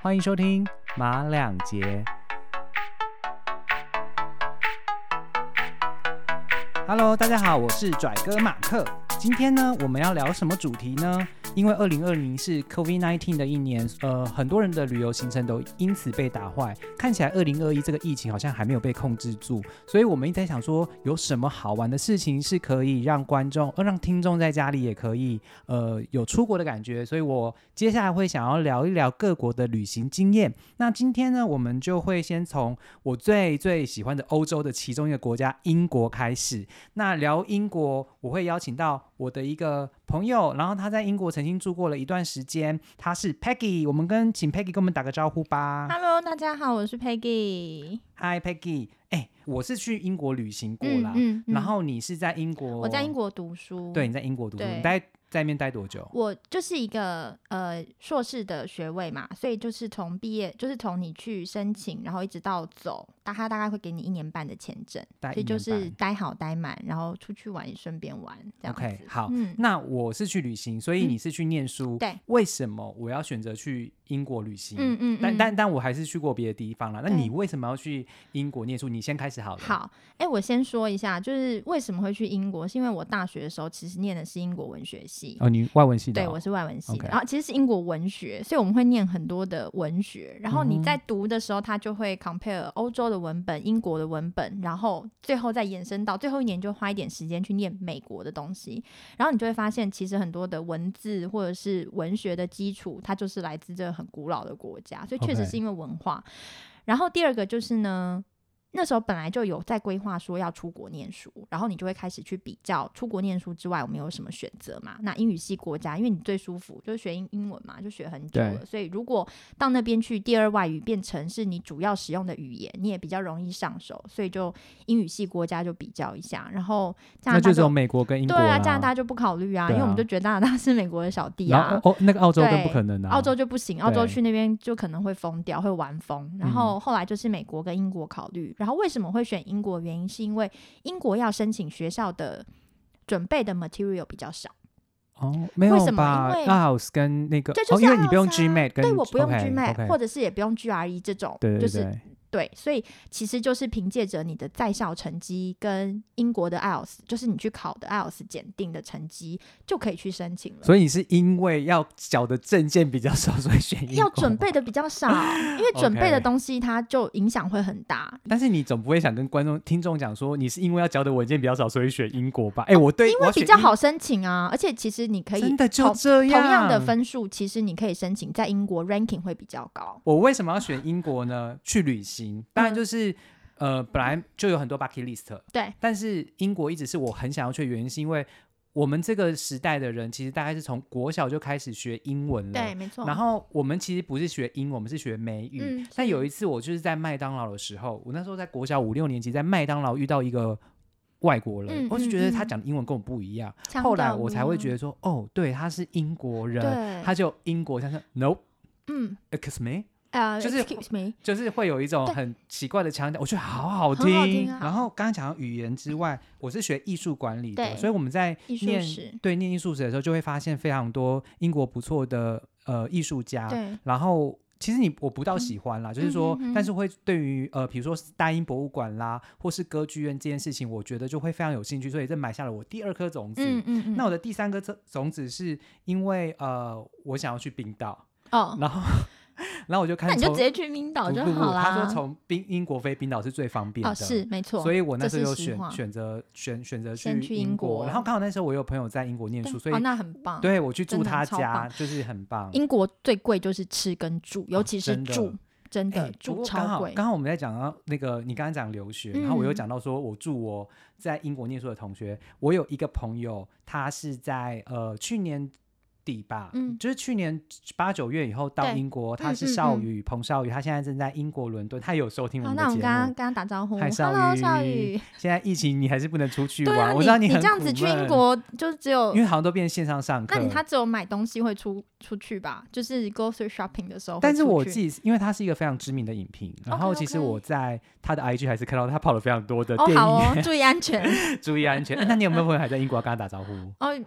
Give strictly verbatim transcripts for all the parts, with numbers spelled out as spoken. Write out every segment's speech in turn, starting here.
欢迎收听马两节。Hello， 大家好，我是拽哥马克。今天呢，我们要聊什么主题呢？因为二零二零是 COVID 十九 的一年，呃，很多人的旅游行程都因此被打坏。看起来二零二一这个疫情好像还没有被控制住，所以我们一直在想说，有什么好玩的事情是可以让观众、呃、让听众在家里也可以呃有出国的感觉。所以我接下来会想要聊一聊各国的旅行经验。那今天呢，我们就会先从我最最喜欢的欧洲的其中一个国家英国开始。那聊英国，我会邀请到我的一个朋友，然后他在英国曾经住过了一段时间，他是 Peggy。 我们跟请 Peggy 跟我们打个招呼吧。 Hello， 大家好，我是 Peggy。 Hi Peggy。 哎，我是去英国旅行过啦、 嗯嗯嗯、 然后你是在英国？ 我在英国读书。 对，你在英国读书，你待在那边待多久？ 我就是一个呃硕士的学位嘛，所以就是从毕业，就是从你去申请，然后一直到走，他大概会给你一年半的签证，所以就是待好待满，然后出去玩也顺便玩这样子。 OK， 好、 嗯， 那我是去旅行，所以你是去念书、嗯、对，为什么我要选择去英国旅行？嗯嗯嗯但但但我还是去过别的地方啦。那你为什么要去英国念书？你先开始好了。 好，哎，我先说一下，就是为什么会去英国，是因为我大学的时候其实念的是英国文学系。 哦，你外文系的、哦？ 对，我是外文系的。 Okay. 然后其实是英国文学，所以我们会念很多的文学。然后你在读的时候，他就会 compare 欧洲的文本、英国的文本，然后最后再延伸到最后一年，就花一点时间去念美国的东西。然后你就会发现，其实很多的文字或者是文学的基础，它就是来自这个很古老的国家，所以确实是因为文化。Okay. 然后第二个就是呢，那时候本来就有在规划说要出国念书，然后你就会开始去比较出国念书之外我们有什么选择嘛。那英语系国家，因为你最舒服就是学英文嘛，就学很久了，所以如果到那边去第二外语变成是你主要使用的语言，你也比较容易上手，所以就英语系国家就比较一下。然后加拿大就， 那就只有美国跟英国啦。 对啊，加拿大就不考虑啊，啊因为我们就觉得加拿大是美国的小弟啊。 然后、哦、那个澳洲更不可能啊， 澳洲就不行，澳洲去那边就可能会疯掉，会玩疯。然后后来就是美国跟英国考虑、嗯、然后为什么会选英国？原因是因为英国要申请学校的准备的 material 比较少。 哦，没有吧？为什么？因为 I E L T S 跟那个，对，就是 I E L T S 啊、哦，因为你不用 G M A T， 跟对，我不用 G M A T， okay, okay. 或者是也不用 G R E 这种， 对对对， 就是对，所以其实就是凭借着你的在校成绩跟英国的 I E L T S， 就是你去考的 I E L T S 检定的成绩就可以去申请了。 所以你是因为要缴的证件比较少，所以选英国？ 要准备的比较少，因为准备的东西它就影响会很大。 Okay. 但是你总不会想跟观众、听众讲说，你是因为要缴的文件比较少，所以选英国吧？哎、欸，我对， 因为比较好申请啊，而且其实你可以真的就这样， 同样的分数，其实你可以申请在英国 ranking 会比较高。 我为什么要选英国呢？去旅行，当然就是。嗯呃，本来就有很多 bucket list， 对， 但是英国一直是我很想要去的原因，是因为我们这个时代的人其实大概是从国小就开始学英文了， 对，没错。 然后我们其实不是学英文，我们是学美语、嗯、但有一次我就是在麦当劳的时候，我那时候在国小五六年级，在麦当劳遇到一个外国人、嗯、我就觉得他讲的英文跟我不一样、嗯、后来我才会觉得说，哦，对，他是英国人，他就英国像是 no 嗯 excuse me，Uh, 就是 excuse me， 就是会有一种很奇怪的腔调，我觉得好好听。好听啊、然后刚刚讲到语言之外，我是学艺术管理的，所以我们在念对念艺术史的时候，就会发现非常多英国不错的呃艺术家。对，然后其实你我不到喜欢啦，嗯、就是说，嗯、但是会对于呃比如说大英博物馆啦，或是歌剧院这件事情，我觉得就会非常有兴趣，所以这埋下了我第二颗种子。嗯嗯嗯，那我的第三颗种子是因为呃我想要去冰岛哦，然后。然后我就看，那你就直接去冰岛就好啦。 他说从冰英国飞冰岛是最方便的，哦、 是没错。 所以我那时候就选选择选选择去英国。然后刚好那时候我有朋友在英国念书，所以、 哦、那很棒。 对，我去住他家，就是很棒。 英国最贵就是吃跟住，尤其是住，哦、真的, 真的、欸、住超贵。 刚好我们在讲到那个，你刚刚讲留学，嗯、然后我有讲到说我住我在英国念书的同学，我有一个朋友，他是在呃去年。底吧、嗯、就是去年八九月以后到英国，他是少宇、嗯嗯嗯、彭少宇，他现在正在英国伦敦，他也有收听我们的节目。 那我们刚刚跟他打招呼， 嗨少宇。 Hello 少宇， 现在疫情你还是不能出去玩， 啊、 我知道你很苦闷， 你这样子去英国就只有， 因为好像都变线上上课。 那你他只有买东西会出出去吧，就是 grocery shopping 的时候会出去。 但是我自己因为他是一个非常知名的影评，然后其实我在他的 I G 还是看到他跑了非常多的电影、 哦、好哦，注意安全注意安全、欸、那你有没有朋友还在英国要跟他打招呼？ 哦，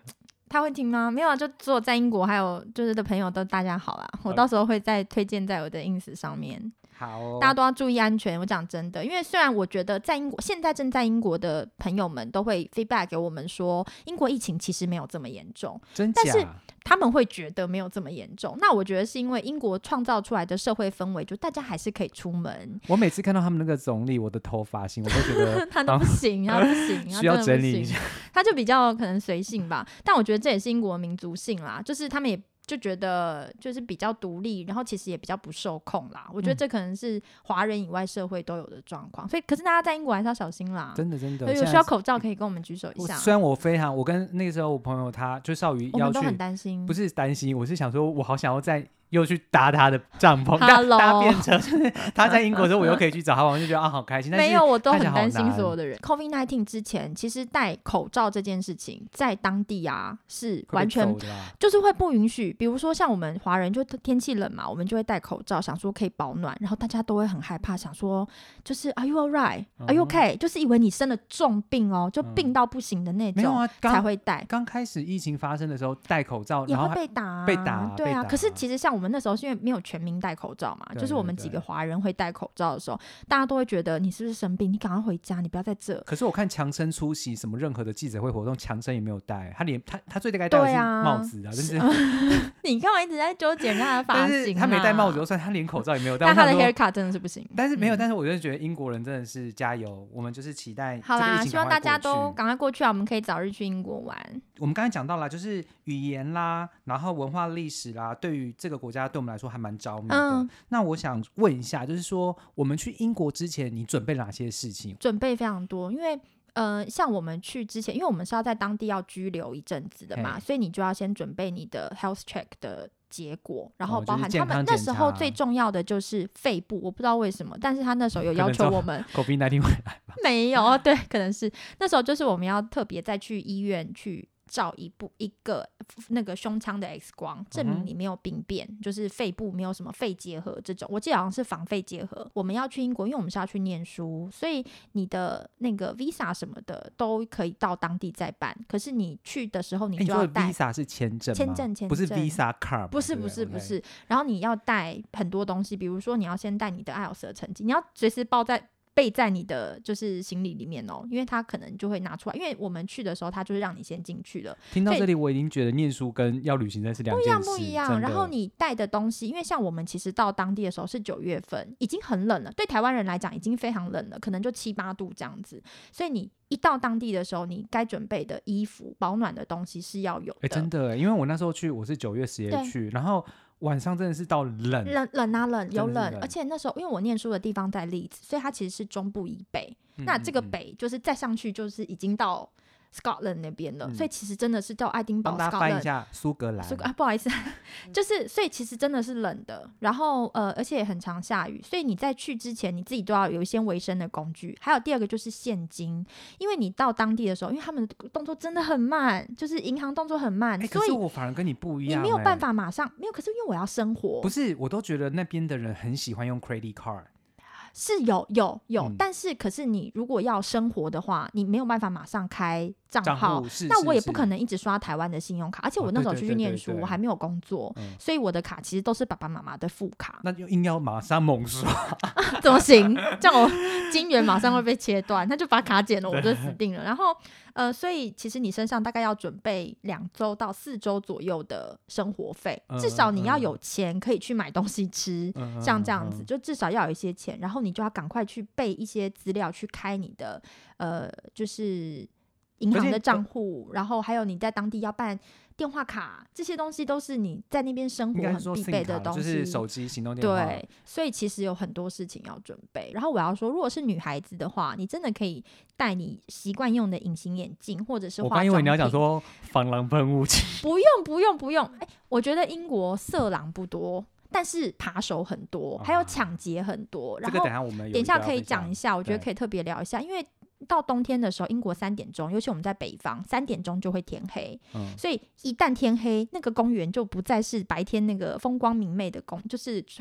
他会听吗？没有啊，就所有在英国还有就是的朋友都大家好啦，我到时候会再推荐在我的 ins 上面。 好、哦， 大家都要注意安全。我讲真的，因为虽然我觉得在英国现在正在英国的朋友们都会 feedback 给我们说，英国疫情其实没有这么严重， 真假？ 但是他们会觉得没有这么严重。那我觉得是因为英国创造出来的社会氛围，就大家还是可以出门。 我每次看到他们那个总理，我的头发型，我都觉得他都不行，他不行， 需要整理一下。 他就比较可能随性吧，但我觉得这也是英国的民族性啦，就是他们也就觉得就是比较独立，然后其实也比较不受控啦。我觉得这可能是华人以外社会都有的状况，所以可是大家在英国还是要小心啦。 真的真的， 有需要口罩可以跟我们举手一下。 虽然我非常，我跟那个时候我朋友他就少宇要去，我们都很担心， 不是担心，我是想说，我好想要在。又去搭他的帐篷，搭搭便车，就是他在英国的时候，我又可以去找他玩，我就觉得啊好开心。但是没有，我都很担心所有的人。COVID 十九 之前，其实戴口罩这件事情在当地啊是完全就是会不允许。比如说像我们华人，就天气冷嘛，我们就会戴口罩，想说可以保暖，然后大家都会很害怕，想说就是 Are you alright? Are you okay?、嗯、就是以为你生了重病哦，就病到不行的那种， 嗯、 才会戴。 刚开始疫情发生的时候，戴口罩也会被打、啊， 被打、啊， 对啊。 可是其实像我们那时候是因为没有全民戴口罩嘛，就是我们几个华人会戴口罩的时候，大家都会觉得你是不是生病，你赶快回家，你不要在这。 可是我看强生出席什么任何的记者会活动，强生也没有戴，他连他他最该戴的是帽子啊，就是、 啊、你干嘛一直在纠结他的发型、啊？ 他没戴帽子就算，他连口罩也没有戴。 但他的 haircut 真的是不行。 但是没有，嗯、但是我就觉得英国人真的是加油，我们就是期待好啦，希望大家都赶快过去啊，我们可以早日去英国玩。 我们刚才讲到了，就是语言啦，然后文化历史啦，对于这个国家对我们来说还蛮着迷的。嗯、那我想问一下，就是说我们去英国之前，你准备了哪些事情？ 准备非常多，因为呃，像我们去之前，因为我们是要在当地要居留一阵子的嘛，所以你就要先准备你的 health check 的结果，然后包含他们那时候最重要的就是肺部，我不知道为什么，但是他那时候有要求我们 COVID 十九 回来吧？ 没有，对，可能是那时候就是我们要特别再去医院去照一部一个那个胸腔的 X 光，证明你没有病变、嗯、就是肺部没有什么肺结核这种，我记得好像是防肺结核。我们要去英国，因为我们是要去念书，所以你的那个 visa 什么的都可以到当地再办，可是你去的时候你就要带、 欸、visa 是签证吗？ 签证签证不是 visa card， 不是不是不是，然后你要带很多东西，比如说你要先带你的 I E L T S 的成绩，你要随时抱在备在你的就是行李里面哦，因为他可能就会拿出来，因为我们去的时候他就是让你先进去了。 听到这里我已经觉得念书跟要旅行真是两件事， 不一样不一样。然后你带的东西，因为像我们其实到当地的时候是九月份，已经很冷了，对台湾人来讲已经非常冷了，可能就七八度这样子，所以你一到当地的时候，你该准备的衣服保暖的东西是要有的。 欸、真的，因为我那时候去我是九月十月去，然后晚上真的是到冷冷冷啊冷有 冷, 冷而且那时候因为我念书的地方在利兹，所以它其实是中部以北、嗯、那这个北就是再上去就是已经到 Scotland 那边了、嗯、所以其实真的是叫爱丁堡 Scotland， 帮大家翻一下苏格兰、 啊、不好意思就是所以其实真的是冷的，然后呃而且也很常下雨，所以你在去之前你自己都要有一些维生的工具。还有第二个就是现金，因为你到当地的时候，因为他们的动作真的很慢，就是银行动作很慢、欸、 可是我反而跟你不一样、欸、 你没有办法马上没有，可是因为我要生活， 不是我都觉得那边的人很喜欢用 credit card， 是有有有、嗯，但是可是你如果要生活的话，你没有办法马上开账号，那我也不可能一直刷台湾的信用卡，而且我那时候去念书，我还没有工作、嗯，所以我的卡其实都是爸爸妈妈的副卡， 那就硬要马上猛刷， 怎么行？这样我金源马上会被切断，他就把卡剪了，我就死定了。然后呃，所以其实你身上大概要准备两周到四周左右的生活费、嗯，至少你要有钱可以去买东西吃，嗯、像这样子、嗯，就至少要有一些钱，然后你就要赶快去备一些资料，去开你的呃，就是银行的账户，然后还有你在当地要办电话卡，这些东西都是你在那边生活很必备的东西， 就是手机、行动电话。 对，所以其实有很多事情要准备。然后我要说，如果是女孩子的话，你真的可以带你习惯用的隐形眼镜，或者是化妆品。 我刚以为你要讲说防狼喷雾器， 不用不用不用。哎，我觉得英国色狼不多。但是扒手很多，还有抢劫很多、啊、然后这个等一下我们有等一下可以讲一下，我觉得可以特别聊一下，因为到冬天的时候，英国三点钟，尤其我们在北方，三点钟就会天黑、嗯，所以一旦天黑，那个公园就不再是白天那个风光明媚的公，就是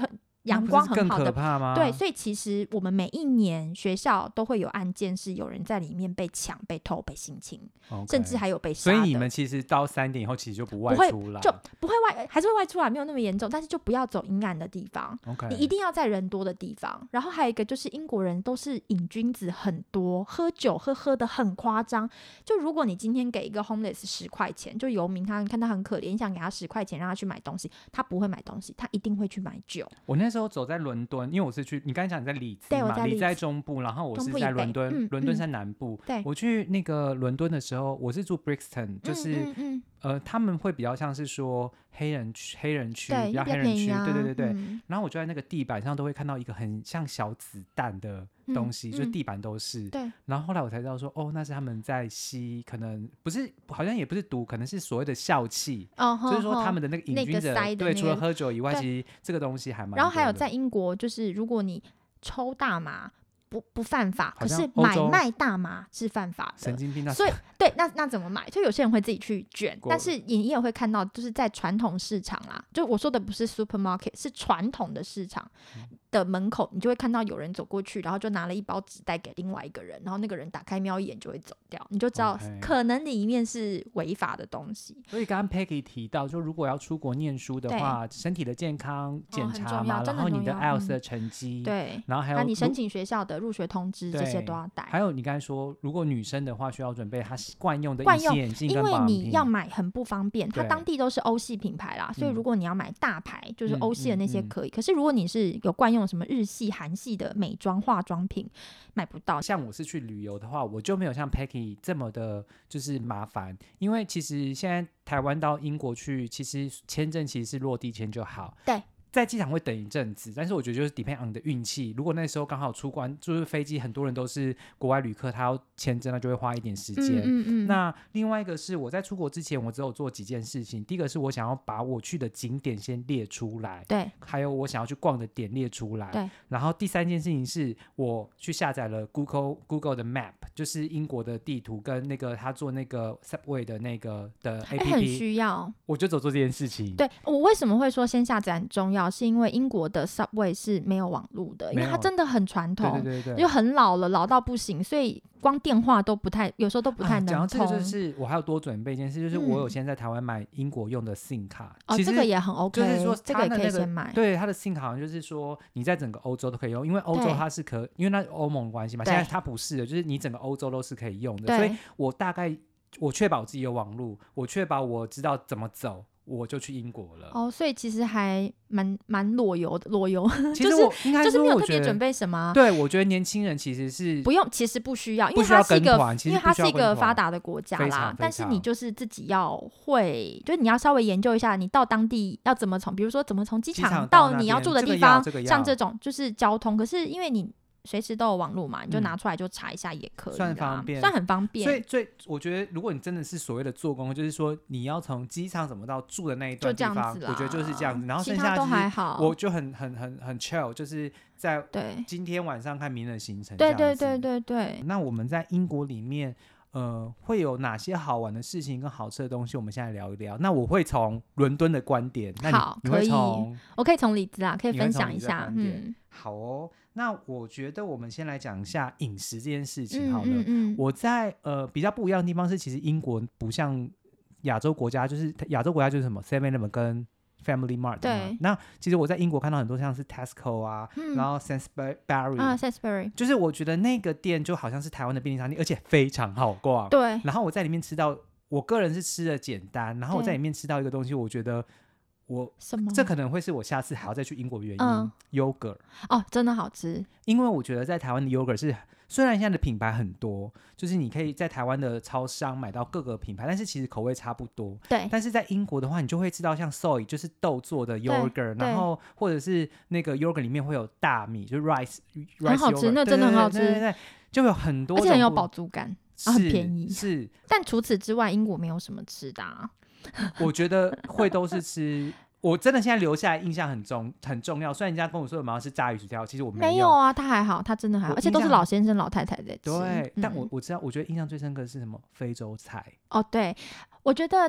阳光很好的， 更可怕吗？ 对，所以其实我们每一年学校都会有案件是有人在里面被抢、被偷、被性侵， okay, 甚至还有被杀的。 所以你们其实到三点以后其实就不外出了， 就不会外，还是会外出来，没有那么严重，但是就不要走阴暗的地方。 okay, 你一定要在人多的地方。然后还有一个就是英国人都是瘾君子很多，喝酒喝喝的很夸张。就如果你今天给一个 homeless 十块钱，就游民他看他很可怜，你想给他十块钱让他去买东西，他不会买东西，他一定会去买酒。 我那时候走在伦敦，因为我是去，你刚才讲你在里兹嘛， 对，我在里兹在中部，然后我是在伦敦，伦、嗯、敦在南部、 嗯。 我去那个伦敦的时候，我是住 Brixton， 就是、 嗯嗯嗯、 呃，他们会比较像是说黑人区，黑人区比较黑人区， 啊、 对对对对、 嗯。 然后我就在那个地板上都会看到一个很像小子弹的东西，嗯、就地板都是、 嗯。对。 然后后来我才知道说，哦，那是他们在吸，可能不是，好像也不是毒，可能是所谓的笑气。哦。就是说他们的那个瘾君者、那個，对，除了喝酒以外，其实这个东西还蛮多的。 然后还有在英国，就是如果你抽大麻不不犯法，可是买卖大麻是犯法的， 神经病。那所以对，那那怎么买？就有些人会自己去卷，但是你也会看到，就是在传统市场啦，就我说的不是 supermarket， 是传统的市场的门口，你就会看到有人走过去，然后就拿了一包纸袋给另外一个人，然后那个人打开瞄一眼就会走掉，你就知道可能里面是违法的东西。 所以刚刚 Peggy 提到，就如果要出国念书的话，身体的健康检查嘛、哦，然后你的 I E L T S 的成绩、嗯， 对， 然后还有你申请学校的入学通知，这些都要带。 还有你刚才说，如果女生的话，需要准备她惯用的隐形眼镜跟保养品， 因为你要买很不方便，它当地都是欧系品牌啦，所以如果你要买大牌，嗯、就是欧系的那些可以、嗯嗯嗯。可是如果你是有惯用什么日系、韩系的美妆化妆品，买不到。 像我是去旅游的话，我就没有像 Peggy 这么的，就是麻烦，因为其实现在台湾到英国去，其实签证其实是落地签就好。 对。 在机场会等一阵子，但是我觉得就是 depend on 你的运气。如果那时候刚好出关，就是飞机很多人都是国外旅客，他要签证，那就会花一点时间。嗯嗯嗯。那另外一个是我在出国之前，我只有做几件事情。第一个是我想要把我去的景点先列出来， 对， 还有我想要去逛的点列出来， 对。 然后第三件事情是我去下载了 Google Google 的 Map， 就是英国的地图跟那个他做那个 Subway 的那个的 A P P， 很需要。 我就走做这件事情。 对，我为什么会说先下载很重要，是因为英国的 Subway 是没有网路的，因为它真的很传统， 对对对对， 就很老了，老到不行，所以光电话都不太，有时候都不太能通。讲、啊、 到这个就是我还要多准备一件事，就是我有先在台湾买英国用的 SIM 卡、 嗯， 其实哦，这个也很 OK， 就是说这个也可以先买。 对，它的 SIM 卡好像就是说你在整个欧洲都可以用，因为欧洲它是可，因为那欧盟关系嘛，现在它不是的，就是你整个欧洲都是可以用的，所以我大概我确保我自己有网路，我确保我知道怎么走，我就去英国了。 哦，所以其实还蛮蛮裸游的，裸游。 其实我应该就是没有特别准备什么。 对，我觉得年轻人其实是不用，其实不需要，因为它是一个，因为它是一个发达的国家啦。但是你就是自己要会，就是你要稍微研究一下，你到当地要怎么从，比如说怎么从机场到你要住的地方， 这个、 像这种就是交通。可是因为你随时都有网络嘛，你就拿出来就查一下也可以、啊嗯， 算方便， 算很方便。 所以，最我觉得，如果你真的是所谓的做工，就是说你要从机场怎么到住的那一段地方，我觉得就是这样子。然后剩下都还好， 我就很很很很 chill， 就是在今天晚上看明日的行程。 对对对对对。 那我们在英国里面，呃，会有哪些好玩的事情跟好吃的东西？我们现在聊一聊。那我会从伦敦的观点，那 你, 好， 你会从可以，我可以从里兹啊，可以分享一下。嗯， 好哦。那我觉得我们先来讲一下饮食这件事情好了。 嗯嗯嗯、 我在呃比较不一样的地方是，其实英国不像亚洲国家，就是亚洲国家就是什么 seven eleven 跟 Family Mart。 对。 那其实我在英国看到很多像是 Tesco 啊，嗯、然后 Sainsbury 啊 Sainsbury， 就是我觉得那个店就好像是台湾的便利商店，而且非常好逛。 对。 然后我在里面吃到，我个人是吃的简单，然后我在里面吃到一个东西，我觉得。我什么？ 这可能会是我下次还要再去英国的原因。嗯、yogurt 哦，真的好吃。 因为我觉得在台湾的 yogurt 是，虽然现在的品牌很多，就是你可以在台湾的超商买到各个品牌，但是其实口味差不多。 对。 但是在英国的话，你就会知道像 soy 就是豆做的 yogurt， 然后或者是那个 yogurt 里面会有大米，就是 rice， 很好吃，那真的很好吃。 对对对对，就有很多， 而且很有饱足感，啊、很便宜。 是。 但除此之外，英国没有什么吃的、啊。 我觉得会都是吃。我真的现在留下来印象很重很重要，虽然人家跟我说我们要吃炸鱼薯条，其实我没有。 没有啊，他还好，他真的还好，而且都是老先生老太太在吃。 对，嗯、但我我知道，我觉得印象最深刻的是什么？非洲菜。 哦，对，我觉得他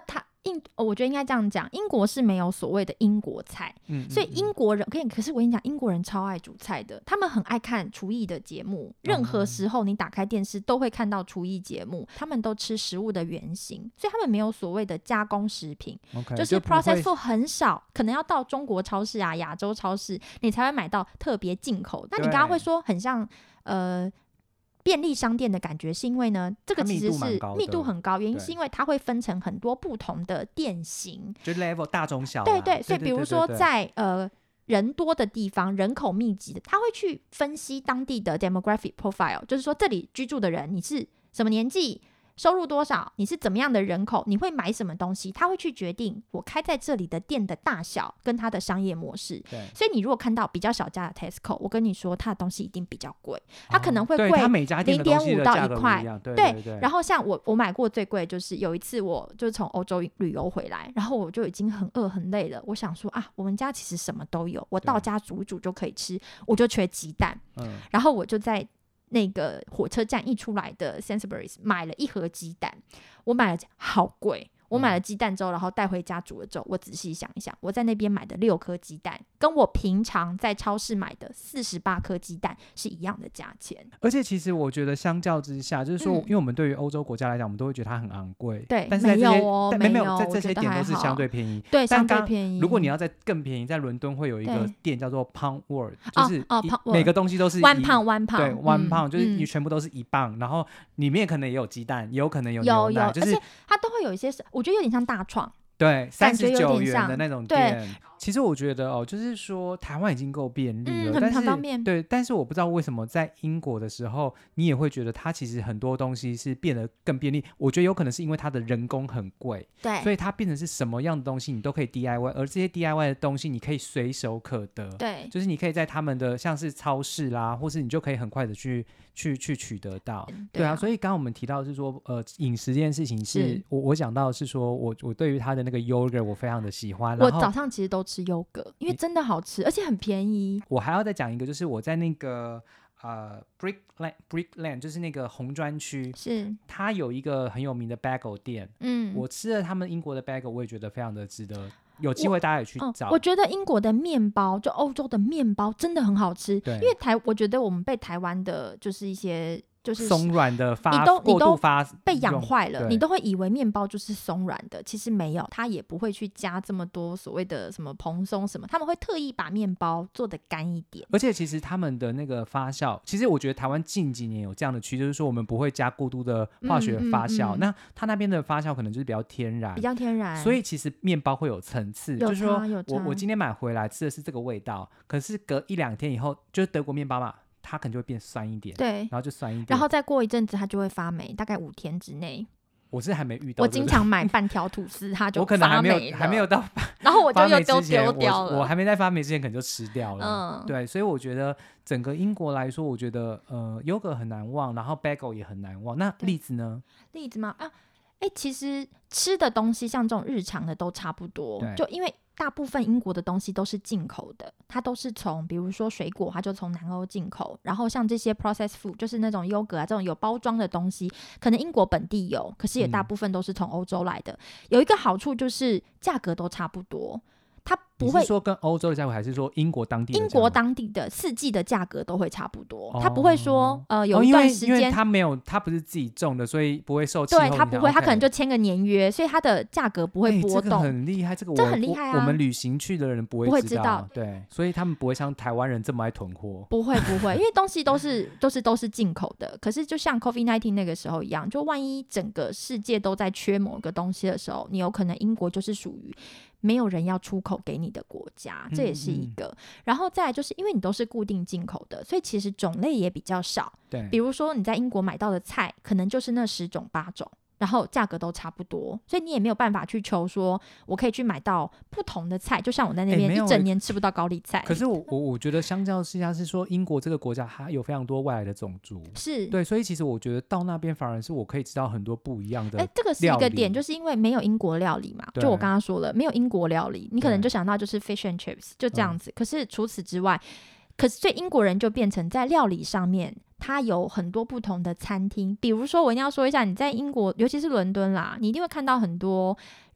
印我觉得应该这样讲，英国是没有所谓的英国菜，嗯、所以英国人可以，可是我跟你讲，英国人超爱煮菜的，他们很爱看厨艺的节目，任何时候你打开电视都会看到厨艺节目，他们都吃食物的原型，所以他们没有所谓的加工食品， okay, 就是 processed food 很少，可能要到中国超市啊、亚洲超市，你才会买到特别进口。那你刚刚会说很像呃。便利商店的感觉是因为呢，这个其实是密度很高，原因是因为它会分成很多不同的店型， 就 level 大中小、啊。 对对，所以比如说在呃人多的地方，人口密集的，他会去分析当地的 demographic profile， 就是说这里居住的人你是什么年纪，收入多少，你是怎么样的人口，你会买什么东西，他会去决定我开在这里的店的大小跟它的商业模式。所以你如果看到比较小家的 Tesco， 我跟你说它的东西一定比较贵，它可能会贵零点五到一块。 对对对。 然后像我我买过最贵就是有一次我就从欧洲旅游回来，然后我就已经很饿很累了，我想说啊，我们家其实什么都有，我到家煮煮就可以吃，我就缺鸡蛋。嗯，然后我就在那个火车站一出来的 Sainsbury's 买了一盒鸡蛋，我买了好贵，我买了鸡蛋之后然后带回家煮了之后，我仔细想一想，我在那边买的六颗鸡蛋跟我平常在超市买的四十八颗鸡蛋是一样的价钱。 而且其实我觉得相较之下就是说、嗯、因为我们对于欧洲国家来讲我们都会觉得它很昂贵， 对， 但是在这些没有哦， 没有在这些点都是相对便宜， 对，相对便宜。 如果你要再更便宜，在伦敦会有一个店叫做 Pound World， 就是哦哦每个东西都是 one pound one pound， 对 one pound、嗯、就是你嗯全部都是一磅，然后里面可能也有鸡蛋，也有可能有有牛奶， 有， 就是而且它都会有一些，我觉得有点像大创， 对，三十九元的那种店。 对， 其实我觉得哦，就是说台湾已经够便利了， 嗯、 但是很方便。 对，但是我不知道为什么在英国的时候，你也会觉得它其实很多东西是变得更便利。我觉得有可能是因为它的人工很贵， 对， 所以它变成是什么样的东西你都可以 D I Y， 而这些 D I Y 的东西你可以随手可得， 对， 就是你可以在他们的像是超市啦，或是你就可以很快的去去去取得到。对 啊, 对啊，所以刚刚我们提到的是说，呃，饮食这件事情是, 是我我讲到的是说我我对于它的那个 yogurt 我非常的喜欢， 我早上其实都吃 yogurt， 因为真的好吃，而且很便宜。 我还要再讲一个，就是我在那个呃 Brickland Brickland 就是那个红砖区， 是它有一个很有名的 bagel 店，嗯，我吃了他们英国的 bagel， 我也觉得非常的值得，有机会大家也去找。 我,、嗯、我觉得英国的面包，就欧洲的面包真的很好吃，因为台我觉得我们被台湾的就是一些就是松软的发你都过度发你都被养坏了，你都会以为面包就是松软的，其实没有，它也不会去加这么多所谓的什么蓬松什么，他们会特意把面包做得干一点。 而且其实他们的那个发酵，其实我觉得台湾近几年有这样的趋势，就是说我们不会加过度的化学发酵，嗯嗯嗯，那它那边的发酵可能就是比较天然， 比较天然， 所以其实面包会有层次，就是说我我今天买回来吃的是这个味道，可是隔一两天以后，就是德国面包嘛，它可能就会变酸一点， 对， 然后就酸一点， 然后再过一阵子它就会发霉，大概五天之内。 我是还没遇到， 我经常买半条吐司它就我可能还没有还没有到， 然后我就又丢丢掉了。 我, 我还没在发霉之前可能就吃掉了，嗯，对，所以我觉得整个英国来说，我觉得呃 yogurt 很难忘，然后 bagel 也很难忘。那栗子呢？ 栗子吗？啊，哎，其实吃的东西像这种日常的都差不多，就因为大部分英国的东西都是进口的，它都是从比如说水果它就从南欧进口，然后像这些 processed food 就是那种优格啊这种有包装的东西，可能英国本地有，可是也大部分都是从欧洲来的，嗯，有一个好处就是价格都差不多，它不会， 你是说跟欧洲的价格，还是说英国当地的价格？ 英国当地的四季的价格都会差不多，哦，它不会说呃有一段时间， 哦，因为因为它没有，它不是自己种的，所以不会受气候影响。 对，它不会， okay， 它可能就签个年约，所以它的价格不会波动。欸，这个很厉害，这个我这很厉害啊！ 我, 我们旅行去的人不会知道，不会知道，对，所以他们不会像台湾人这么爱囤货。 不会不会，因为东西都是都是都是进口的。可是就像 COVID 十九 那个时候一样，就万一整个世界都在缺某个东西的时候，你有可能英国就是属于没有人要出口给你的国家，这也是一个，嗯嗯，然后再来就是因为你都是固定进口的，所以其实种类也比较少， 对， 比如说你在英国买到的菜可能就是那十种八种，然后价格都差不多，所以你也没有办法去求说我可以去买到不同的菜，就像我在那边一整年吃不到高丽菜。 可是我我我觉得相较之下是说英国这个国家它有非常多外来的种族， 是对，所以其实我觉得到那边反而是我可以吃到很多不一样的料理。 这个是一个点，就是因为没有英国料理嘛，就我刚刚说了没有英国料理，你可能就想到就是 fish and chips 就这样子，可是除此之外，可是所以英国人就变成在料理上面它有很多不同的餐厅，比如说我一定要说一下，你在英国尤其是伦敦啦，你一定会看到很多日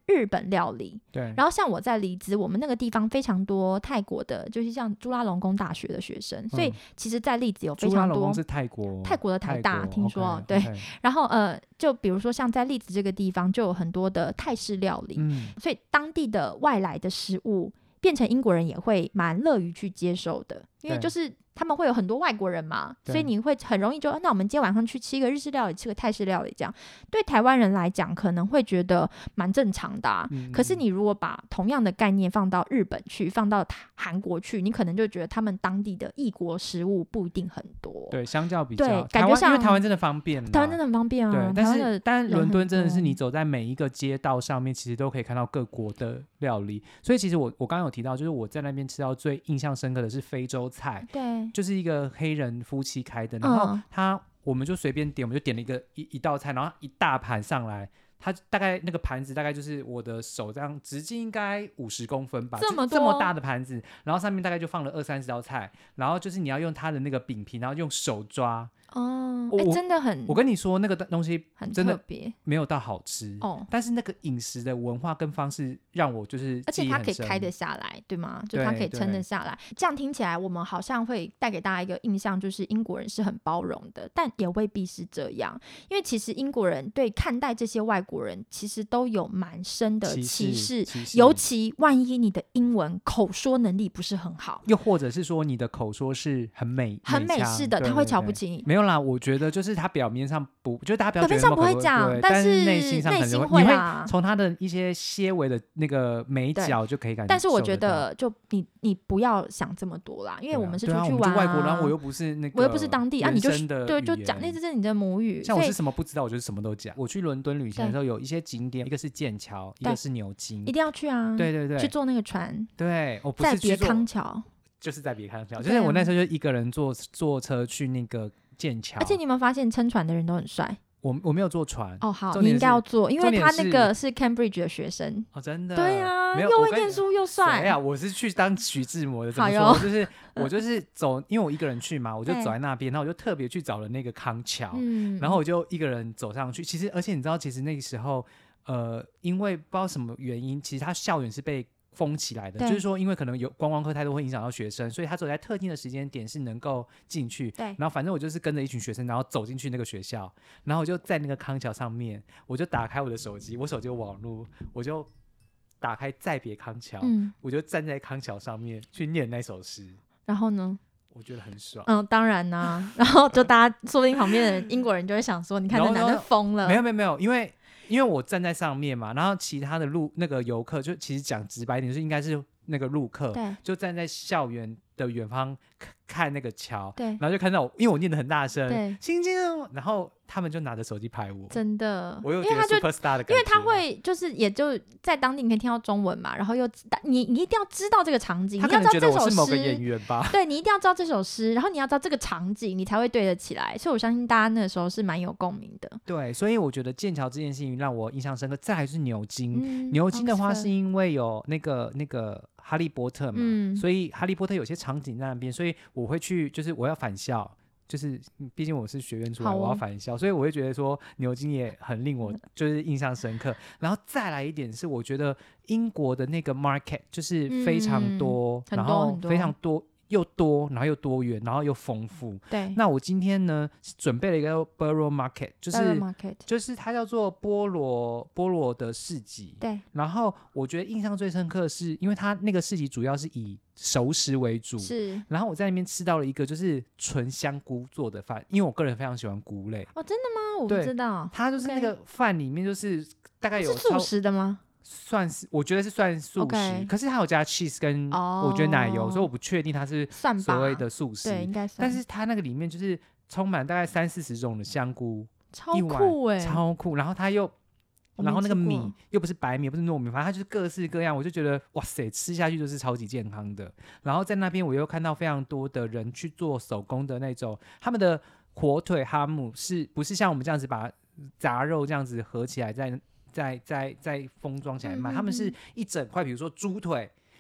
日本料理。 对， 然后像我在离子，我们那个地方非常多泰国的，就是像朱拉隆功大学的学生，嗯、所以其实在离子有非常多。 朱拉隆功是泰国， 泰国的台大，听说 okay, 对。 okay. 然后呃，就比如说像在离子这个地方，就有很多的泰式料理，嗯、所以当地的外来的食物变成英国人也会蛮乐于去接受的，因为就是他们会有很多外国人嘛，所以你会很容易就那我们今天晚上去吃一个日式料理，吃个泰式料理，这样对台湾人来讲可能会觉得蛮正常的、啊嗯、可是你如果把同样的概念放到日本去，放到韩国去，你可能就觉得他们当地的异国食物不一定很多， 对，相较比较对，感觉像因为台湾真的方便， 台湾真的很方便啊， 对，但是但伦敦真的是你走在每一个街道上面其实都可以看到各国的料理，所以其实我我刚刚有提到，就是我在那边吃到最印象深刻的是非洲菜， 对， 就是一个黑人夫妻开的，然后他、嗯、我们就随便点，我们就点了一个 一, 一道菜，然后一大盘上来，他大概那个盘子大概就是我的手这样，直径应该五十公分吧， 这么多这么大的盘子，然后上面大概就放了二三十道菜，然后就是你要用他的那个饼皮，然后用手抓。 哦，哎、欸，真的很， 我跟你说那个东西真的没有到好吃哦， 但是那个饮食的文化跟方式让我就是而且它可以开得下来，对吗？就它可以撑得下来。这样听起来，我们好像会带给大家一个印象，就是英国人是很包容的，但也未必是这样，因为其实英国人对看待这些外国人，其实都有蛮深的歧视， 歧视尤其万一你的英文口说能力不是很好， 又或者是说你的口说是很美很美式的，他会瞧不起你。 没有啦，我觉得就是他表面上不，就是大家不要觉得表面上不会讲， 但是内心上可能会， 会你会从他的一些些微的那个眉角就可以感觉。 但是我觉得，就你你不要想这么多啦，因为我们是出去玩、啊啊啊、外国人，我又不是那个， 我又不是当地啊，你就对就讲，那这是你的母语。 像我是什么不知道，我就什么都讲。我去伦敦旅行的时候，有一些景点，一个是剑桥，一个是牛津， 一定要去啊！ 对对对， 去坐那个船。 对，我不是去坐在别康桥， 就是在别康桥，就是我那时候就一个人坐坐车去那个。剑桥， 而且你有没有发现撑船的人都很帅？ 我我没有坐船哦，好，你应该要坐，因为他那个是 Cambridge 的学生哦，真的， 对啊，又会念书又帅。 哎呀，我是去当徐志摩的，怎么说？就是我就是走，因为我一个人去嘛，我就走在那边，然后我就特别去找了那个康桥，嗯，然后我就一个人走上去。其实，而且你知道，其实那个时候，呃，因为不知道什么原因，其实他校园是被封起来的，就是说因为可能有观光客太多会影响到学生，所以他走在特定的时间点是能够进去。对，然后反正我就是跟着一群学生，然后走进去那个学校，然后我就在那个康桥上面，我就打开我的手机，我手机有网路，我就打开再别康桥、嗯、我就站在康桥上面去念那首诗。 然后呢？ 我觉得很爽。 嗯，当然啦、啊。然后就大家说不定旁边的人英国人就会想说，你看这男的疯了。 没有没有没有，因为。因为我站在上面嘛，然后其他的路那个游客就其实讲直白一点，就是应该是那个路客，就站在校园的远方看那个桥，然后就看到我，因为我念得很大声，星星，然后他们就拿着手机拍我， 真的， 我又觉得 superstar 的感觉， 因为他会就是也就在当地你可以听到中文嘛，然后又你你一定要知道这个场景， 他可能觉得我是某个演员吧， 对，你一定要知道这首诗，然后你要知道这个场景，你才会对得起来，所以我相信大家那个时候是蛮有共鸣的。 对，所以我觉得剑桥这件事情让我印象深刻。再来是牛津、嗯、牛津的话是因为有那个那个哈利波特嘛、嗯、所以哈利波特有些场景在那边，所以我会去，就是我要返校，就是毕竟我是学院出来、哦、我要返校，所以我会觉得说牛津也很令我就是印象深刻。然后再来一点是我觉得英国的那个 market 就是非常多、嗯、然后非常多又多，然后又多元，然后又丰富。 对， 那我今天呢准备了一个 Borough Market， 就是就是它叫做菠萝菠萝的市集。 对， 然后我觉得印象最深刻的是，因为它那个市集主要是以熟食为主， 是。 然后我在那边吃到了一个就是纯香菇做的饭，因为我个人非常喜欢菇类。 哦，真的吗？我不知道。 它就是那个饭里面就是大概有是素食的吗？ 算是，我觉得是算素食， okay. 可是它有加 cheese 跟我觉得奶油， oh. 所以我不确定它是所谓的素食， 对，应该算。 但是它那个里面就是充满大概三四十种的香菇， 超酷哎、欸， 超酷。然后它又，然后那个米又不是白米，又不是糯米，反正它就是各式各样，我就觉得哇塞，吃下去就是超级健康的。然后在那边我又看到非常多的人去做手工的那种，他们的火腿哈姆是不是像我们这样子把杂肉这样子合起来在。再再再封装起来卖、嗯，他们是一整块，比如说猪腿，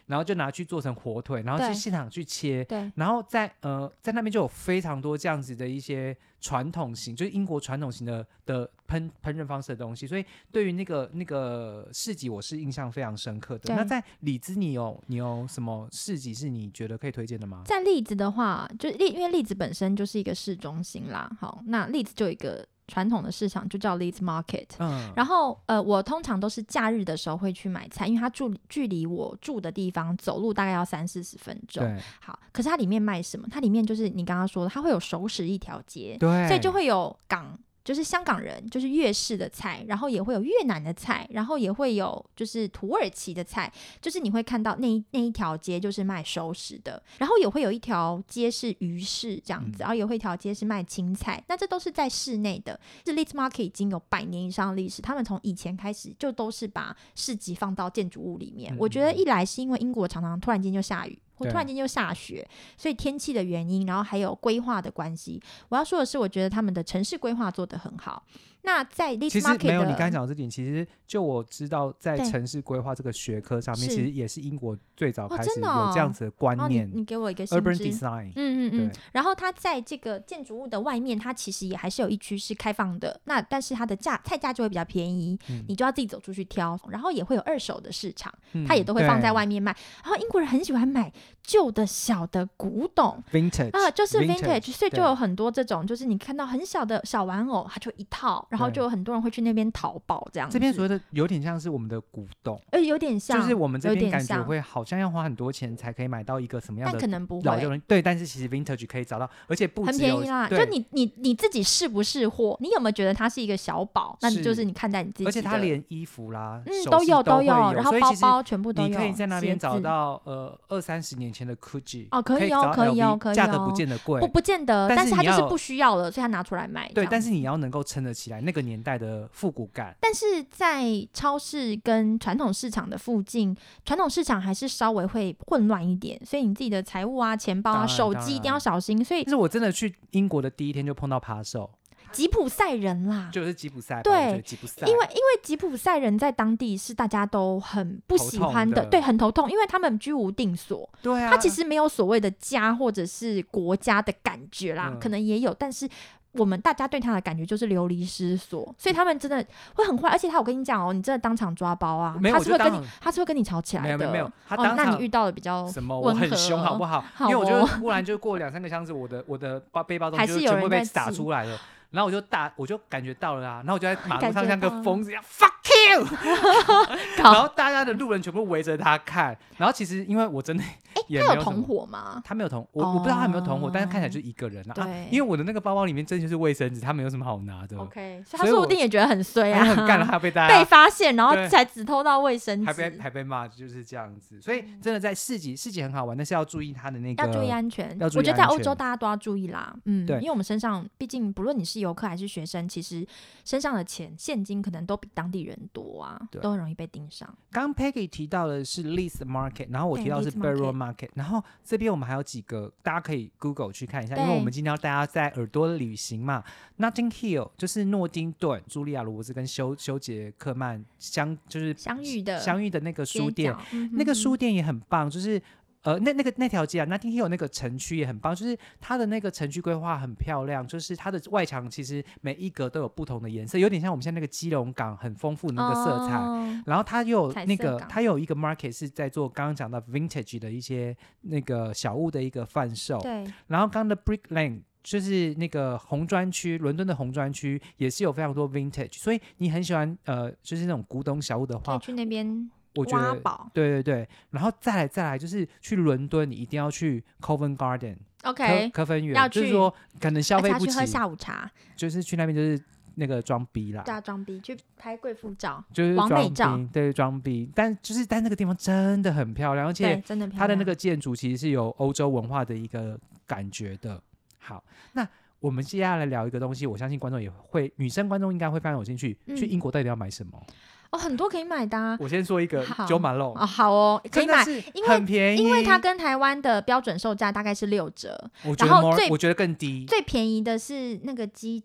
然后就拿去做成火腿，然后去现场去切， 对， 然后在呃在那边就有非常多这样子的一些传统型，就是英国传统型的的烹烹饪方式的东西，所以对于那个那个市集我是印象非常深刻的。那在里兹你有你有什么市集是你觉得可以推荐的吗？ 在利兹的话，就因为利兹本身就是一个市中心啦，好，那利兹就有一个传统的市场就叫 Leeds Market，嗯，然后呃，我通常都是假日的时候会去买菜，因为它住距离我住的地方走路大概要三四十分钟。对，好，可是它里面卖什么？它里面就是你刚刚说的，它会有熟食一条街，对，所以就会有港。就是香港人，就是粤式的菜，然后也会有越南的菜，然后也会有就是土耳其的菜，就是你会看到那一那一条街就是卖熟食的，然后也会有一条街是鱼市这样子，然后也会一条街是卖青菜，那这都是在室内的。是 Leeds Market 已经有百年以上的历史，他们从以前开始就都是把市集放到建筑物里面。嗯、我觉得一来是因为英国常常突然间就下雨。或突然间就下雪，所以天气的原因，然后还有规划的关系。我要说的是，我觉得他们的城市规划做得很好。那在 Leeds Market 的， 其实没有你刚才讲的这点，其实就我知道，在城市规划这个学科上面，其实也是英国最早开始有这样子的观念。 哦哦、你, 你给我一个新知 urban design， 嗯嗯嗯。然后它在这个建筑物的外面，它其实也还是有一区是开放的。那但是它的价菜价就会比较便宜、嗯，你就要自己走出去挑。然后也会有二手的市场，它也都会放在外面卖。嗯、然后英国人很喜欢买旧的小的古董 ，vintage 啊，就是 vintage，, vintage 所以就有很多这种，就是你看到很小的小玩偶，它就一套，然后就有很多人会去那边淘宝这样子。 这边所谓的有点像是我们的古董， 呃，有点像， 就是我们这边感觉会好像要花很多钱才可以买到一个什么样的， 但可能不会老对，但是其实 vintage 可以找到，而且不很便宜啦。就你你你自己是不是货，你有没有觉得它是一个小宝？那你就是你看待你自己的， 而且它连衣服啦， 嗯，都有都有，然后包包全部都有， 你可以在那边找到呃二三十年前的 Gucci。 哦，可以哦，可以哦，可以哦， 价格不见得贵， 不不见得，但是它就是不需要了，所以它拿出来卖。 对，但是你要能够撑得起来那个年代的复古感。 但是在超市跟传统市场的附近，传统市场还是稍微会混乱一点，所以你自己的财务啊、钱包啊、手机一定要小心。所以， 但是我真的去英国的第一天就碰到扒手。 吉普赛人啦， 就是吉普赛， 对， 吉普赛， 因为因为吉普赛人在当地是大家都很不喜欢的，对，很头痛，因为他们居无定所， 对啊， 他其实没有所谓的家或者是国家的感觉啦，嗯、可能也有，但是我们大家对他的感觉就是流离失所，所以他们真的会很坏，而且他我跟你讲哦，你真的当场抓包啊，他是会跟你他是会跟你吵起来的， 没有没有没有，他当场、 哦、那你遇到的比较什么？我很凶好不好？ 好哦、 因为我觉得忽然就过两三个箱子，我的我的包背包东西就全部被打出来了。然后我就大，我就感觉到了啊，然后我就在马路上像个疯子一样 ，fuck you， 然后大家的路人全部围着他看，然后其实因为我真的也没有， 他有同伙吗？ 他没有同，我、哦、我不知道他有没有同伙，但是看起来就一个人 啊, 啊，因为我的那个包包里面真的就是卫生纸，他没有什么好拿的。 OK， 所以他说不定也觉得很衰啊， 很干了，还被大家被发现，然后才只偷到卫生纸， 还被还被骂，就是这样子。所以真的在市集，市集很好玩，但是要注意他的那个， 要注意安全。 要注意安全。 我觉得在欧洲大家都要注意啦，嗯，对，因为我们身上毕竟不论你是游客还是学生。其实身上的钱现金可能都比当地人多啊，都很容易被盯上。 刚 Peggy 提到的是 Leeds Market， 然后我提到的是 Borough Market， 然后这边我们还有几个大家可以 Google 去看一下，因为我们今天要带大家在耳朵旅行嘛。Notting Hill 就是诺丁顿，茱莉亚·罗伯兹跟休休杰克曼相就是相遇的相遇的那个书店， 嗯、 那个书店也很棒，就是。呃，那那个那条街啊 ，Notting Hill 那个城区也很棒，就是它的那个城区规划很漂亮，就是它的外墙其实每一格都有不同的颜色，有点像我们现在那个基隆港很丰富的那个色彩。哦、然后它又有那个，它有一个 market 是在做刚刚讲到 vintage 的一些那个小物的一个贩售。 对。 然后刚刚的 Brick Lane 就是那个红砖区，伦敦的红砖区也是有非常多 vintage， 所以你很喜欢呃，就是那种古董小物的话， 可以去那边。 我觉得对对对，然后再来再来就是去伦敦，你一定要去 Covent Garden，OK， 科, 科芬园，就是说可能消费不起， 去喝下午茶， 就是去那边就是那个装逼啦， 对啊，装逼去拍贵妇照， 就是完美照， 对，装逼，但就是在那个地方真的很漂亮，而且真的漂亮， 它的那个建筑其实是有欧洲文化的一个感觉的。好，那我们接下来聊一个东西，我相信观众也会，女生观众应该会非常有兴趣，嗯、去英国到底要买什么？ 哦，很多可以买的、啊。 我先说一个九马肉、 哦，好哦，可以买，因为很便宜， 因为它跟台湾的标准售价大概是六折， 我觉得然后最我觉得更低。 最便宜的是那个机场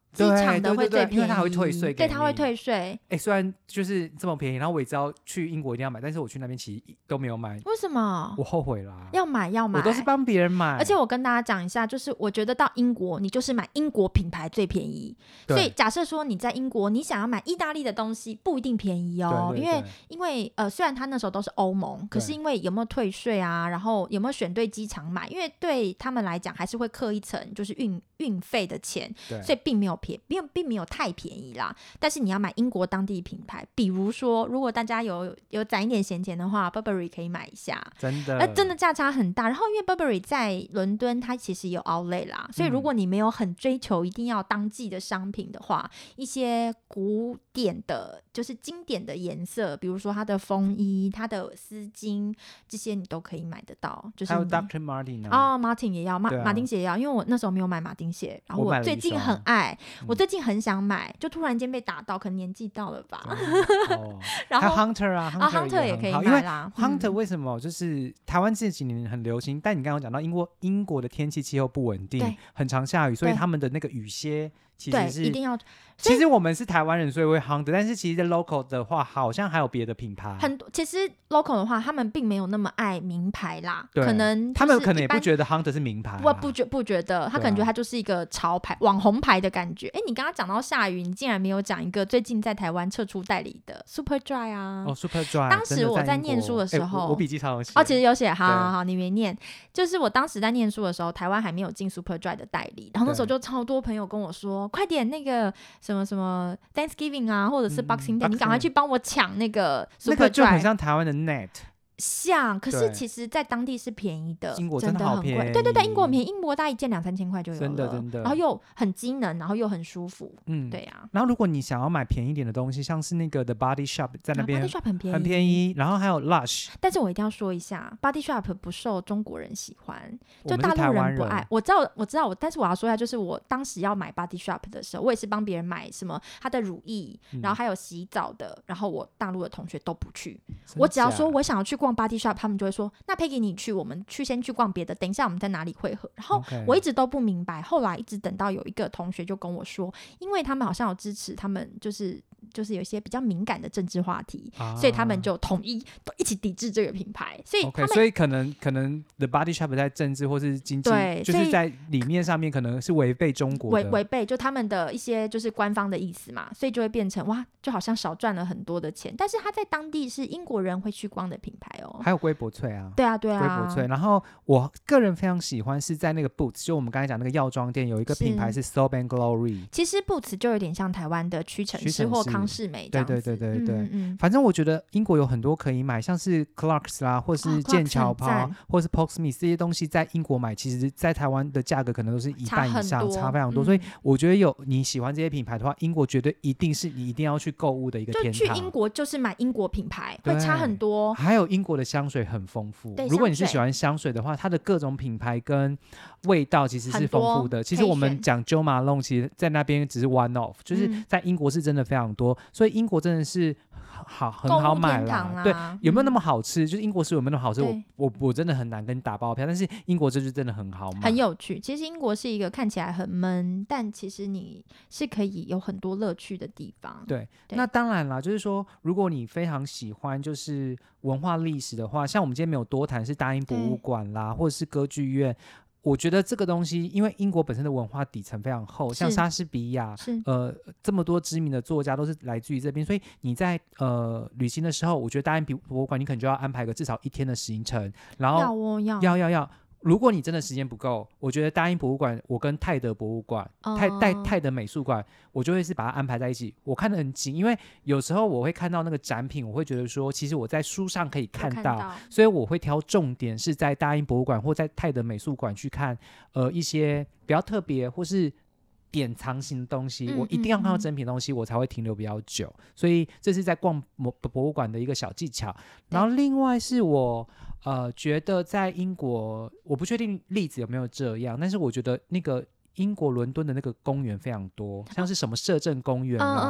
机场的会最便宜， 因为它会退税给你， 对，它会退税。 哎，虽然就是这么便宜，然后我也知道去英国一定要买，但是我去那边其实都没有买。 为什么？ 我后悔啦。 要买要买， 我都是帮别人买。 而且我跟大家讲一下，就是我觉得到英国，你就是买英国品牌最便宜。所以假设说你在英国，你想要买意大利的东西，不一定便宜哦， 对对对， 因为因为呃，虽然他那时候都是欧盟，可是因为有没有退税啊，然后有没有选对机场买，因为对他们来讲还是会刻一层就是运运费的钱，所以并没有便并并没有太便宜啦。但是你要买英国当地品牌，比如说如果大家有有攒一点闲钱的话 Burberry 可以买一下， 真的， 呃，真的价差很大。然后因为 Burberry 在伦敦它其实有 outlet 啦，所以如果你没有很追求一定要当季的商品的话，嗯、一些古典的就是经典的颜色，比如说它的风衣、它的丝巾，这些你都可以买得到。就是还有 doctor Martin 呢、 啊、哦、，Martin 也要，马、 啊、 马丁鞋也要，因为我那时候没有买马丁鞋，然后我最近很爱，我, 我最近很想买，就突然间被打到，可能年纪到了吧。 哦、 然后还有 Hunter 啊 ，Hunter 啊 Hunter 也可以买啦。 因为 Hunter 为什么就是台湾这几年很流行，嗯、但你刚刚讲到英国英国的天气气候不稳定，很常下雨，所以他们的那个雨靴其实是一定要。 其实我们是台湾人，所以会 Hunter， 但是其实在 local 的话，好像还有别的品牌。 很多其实 local 的话，他们并没有那么爱名牌啦，可能他们可能也不觉得 Hunter 是名牌、啊， 我不觉不觉得，他可能觉得它就是一个潮牌、网红牌的感觉。哎，你刚刚讲到下雨，你竟然没有讲一个最近在台湾撤出代理的 Superdry 啊？ 哦 ，Superdry， 当时我在念书的时候， 我笔记超有写。 哦，其实有写，好好好，你没念。就是我当时在念书的时候，台湾还没有进 Superdry 的代理，然后那时候就超多朋友跟我说，快点那个什么什么。Thanksgiving 啊，或者是 Boxing Day，、嗯、你赶快去帮我抢那个 Superdry， 那个就很像台湾的 Net。 像，可是其实在当地是便宜的， 英国真的好便宜， 对对对，英国很便宜，英国大概一件两三千块就有了， 真的真的， 然后又很机能，然后又很舒服，嗯，对啊。 然后如果你想要买便宜一点的东西，像是那个 The Body Shop 在那边、 啊、，Body Shop 很便宜， 很便宜，然后还有 Lush， 但是我一定要说一下 ，Body Shop 不受中国人喜欢，就大陆人不爱。我知道，我知道，我但是我要说一下，就是我当时要买 Body Shop 的时候，我也是帮别人买什么它的乳液，嗯、然后还有洗澡的，然后我大陆的同学都不去，我只要说我想要去逛 Body Shop， 他们就会说那 Peggy 你去，我们去先去逛别的，等一下我们在哪里会合。然后我一直都不明白，后来一直等到有一个同学就跟我说，因为他们好像有支持他们就是就是有一些比较敏感的政治话题、啊、所以他们就统一都一起抵制这个品牌，所以他们、 okay, 所以可能可能 The Body Shop 在政治或是经济， 对， 就是在理念上面可能是违背中国的， 违背就他们的一些就是官方的意思嘛，所以就会变成哇，就好像少赚了很多的钱，但是他在当地是英国人会去光的品牌哦。 还有瑰柏萃啊， 对啊对啊， 瑰柏萃。然后我个人非常喜欢是在那个 Boots， 就我们刚才讲那个药妆店有一个品牌是 Soap and Glory， 其实 Boots 就有点像台湾的屈臣氏或康士美这样子， 对对对对对、 嗯嗯、 反正我觉得英国有很多可以买，像是 Clarks 啦，或是剑桥抛、哦、或是 Portsmouth 这些东西在英国买，其实在台湾的价格可能都是一半以上， 差, 差非常多、嗯、所以我觉得有你喜欢这些品牌的话，英国绝对一定是你一定要去购物的一个天堂， 就去英国就是买英国品牌会差很多。 还有英国的香水很丰富，如果你是喜欢香水的话，它的各种品牌跟味道其实是丰富的。其实我们讲 Jo Malone 其实在那边只是 one off， 就是在英国是真的非常多、嗯、所以英国真的是好很好买啦。对，有没有那么好吃、嗯、就是英国食有没有那么好吃，我我我真的很难跟你打包票，但是英国这就真的很好买， 很有趣。其实英国是一个看起来很闷，但其实你是可以有很多乐趣的地方。 对, 对，那当然啦，就是说如果你非常喜欢就是文化历史的话，像我们今天没有多谈是大英博物馆啦，或者是歌剧院，我觉得这个东西因为英国本身的文化底层非常厚，像莎士比亚呃这么多知名的作家都是来自于这边，所以你在呃旅行的时候，我觉得大英博物馆你可能就要安排个至少一天的行程，然后要哦要要要要如果你真的时间不够，我觉得大英博物馆我跟泰德博物馆、哦、泰, 泰, 泰德美术馆我就会是把它安排在一起，我看得很紧，因为有时候我会看到那个展品，我会觉得说其实我在书上可以看 到, 看到所以我会挑重点是在大英博物馆或在泰德美术馆去看呃一些比较特别或是典藏型的东西、嗯、我一定要看到真品的东西、嗯、我才会停留比较久，所以这是在逛博物馆的一个小技巧。然后另外是我呃觉得在英国，我不确定例子有没有这样，但是我觉得那个英国伦敦的那个公园非常多，像是什么摄政公园啊、嗯嗯嗯、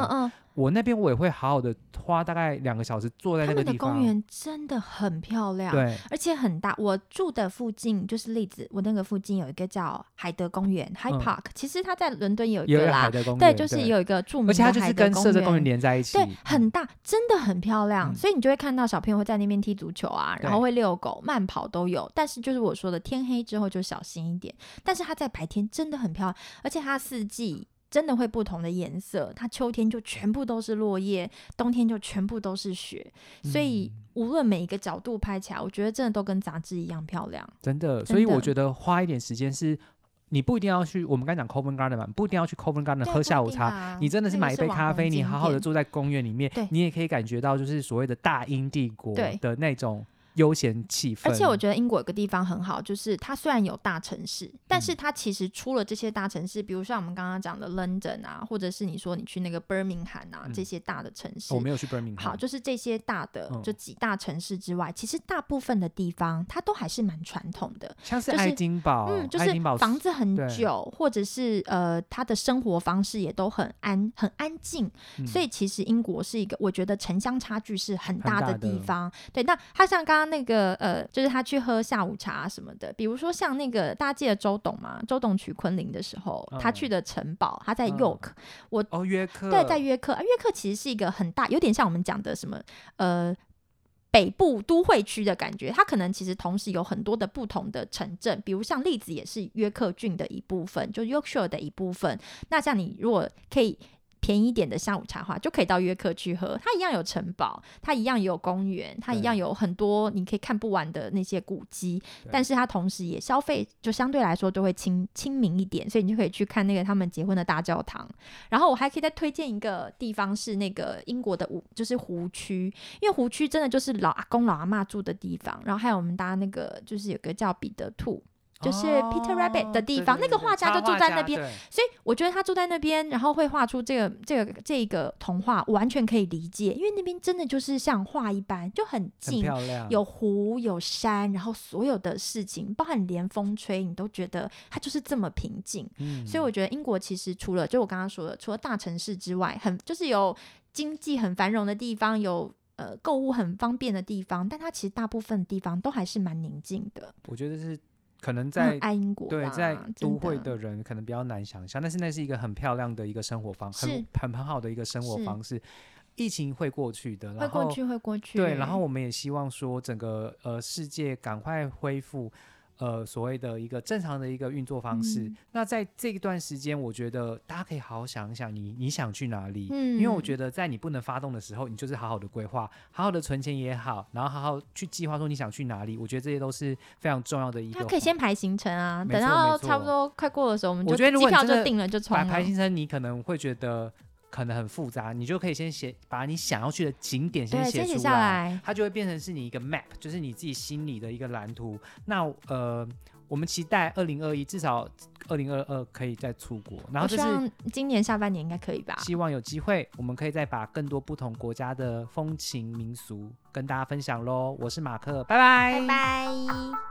我那边我也会好好的花大概两个小时坐在那个地方。 他们的公园真的很漂亮， 对， 而且很大。我住的附近就是例子，我那个附近有一个叫海德公园 （Hyde Park），、嗯、其实它在伦敦有一个啦， 有一个海德公园， 对，就是也有一个著名的海德公园，而且它就是跟摄政公园连在一起， 对，很大，真的很漂亮、嗯。所以你就会看到小朋友会在那边踢足球啊，然后会遛狗、慢跑都有。但是就是我说的，天黑之后就小心一点。但是它在白天真的很漂亮，而且它四季真的会不同的颜色，它秋天就全部都是落叶，冬天就全部都是雪，所以无论每一个角度拍起来，我觉得真的都跟杂志一样漂亮， 真的。所以我觉得花一点时间是你不一定要去，我们刚才讲 Covent Garden 嘛，不一定要去 Covent Garden 喝下午茶、啊、你真的是买一杯咖啡，你好好的坐在公园里面，你也可以感觉到就是所谓的大英帝国的那种悠闲气氛。 而且我觉得英国有个地方很好，就是它虽然有大城市、嗯、但是它其实出了这些大城市，比如像我们刚刚讲的 London 啊，或者是你说你去那个 Birmingham 啊、嗯、这些大的城市、 哦、我没有去 Birmingham。 好，就是这些大的、嗯、就几大城市之外，其实大部分的地方它都还是蛮传统的， 像是爱丁堡、 就是、嗯，就是房子很久，或者是呃它的生活方式也都很安很安静、嗯、所以其实英国是一个我觉得城乡差距是很大的地方。对，那它像刚刚那个呃就是他去喝下午茶什么的，比如说像那个大家记得周董吗？周董娶昆凌的时候、嗯、他去的城堡，他在 York、嗯、我哦约克， 对，在约克、啊、约克其实是一个很大，有点像我们讲的什么呃北部都会区的感觉，它可能其实同时有很多的不同的城镇，比如像利兹也是约克郡的一部分，就 Yorkshire 的一部分。那像你如果可以便宜一点的下午茶的话，就可以到约克去喝，它一样有城堡，它一样也有公园，它一样有很多你可以看不完的那些古迹，但是它同时也消费就相对来说都会亲亲民一点，所以你就可以去看那个他们结婚的大教堂。然后我还可以再推荐一个地方是那个英国的就是湖区，因为湖区真的就是老阿公老阿嬷住的地方，然后还有我们搭那个就是有个叫彼得兔，就是 Peter Rabbit 的地方、哦、对对对，那个画家就住在那边，所以我觉得他住在那边然后会画出这个这个这个童话，我完全可以理解，因为那边真的就是像画一般，就很近， 很漂亮， 有湖有山，然后所有的事情包含连风吹你都觉得它就是这么平静、嗯、所以我觉得英国其实除了就我刚刚说的除了大城市之外，很就是有经济很繁荣的地方，有呃购物很方便的地方，但它其实大部分地方都还是蛮宁静的。 我觉得是可能在爱英国对在都会的人可能比较难想象，但是那是一个很漂亮的一个生活方，很很很好的一个生活方式。疫情会过去的， 会过去会过去。 对，然后我们也希望说整个呃世界赶快恢复呃所谓的一个正常的一个运作方式、嗯、那在这一段时间我觉得大家可以好好想一想你你想去哪里、嗯、因为我觉得在你不能发动的时候，你就是好好的规划，好好的存钱也好，然后好好去计划说你想去哪里，我觉得这些都是非常重要的一个。他可以先排行程啊，等到差不多快过的时候我们就机票就定了就冲了。 排行程你可能会觉得可能很复杂，你就可以先写把你想要去的景点先写出来, 下来， 它就会变成是你一个 map， 就是你自己心里的一个蓝图。那呃我们期待二零二一至少二零二二可以再出国，然后就是我希望今年下半年应该可以吧， 希望有机会我们可以再把更多不同国家的风情民俗跟大家分享咯。我是马克，拜拜拜拜。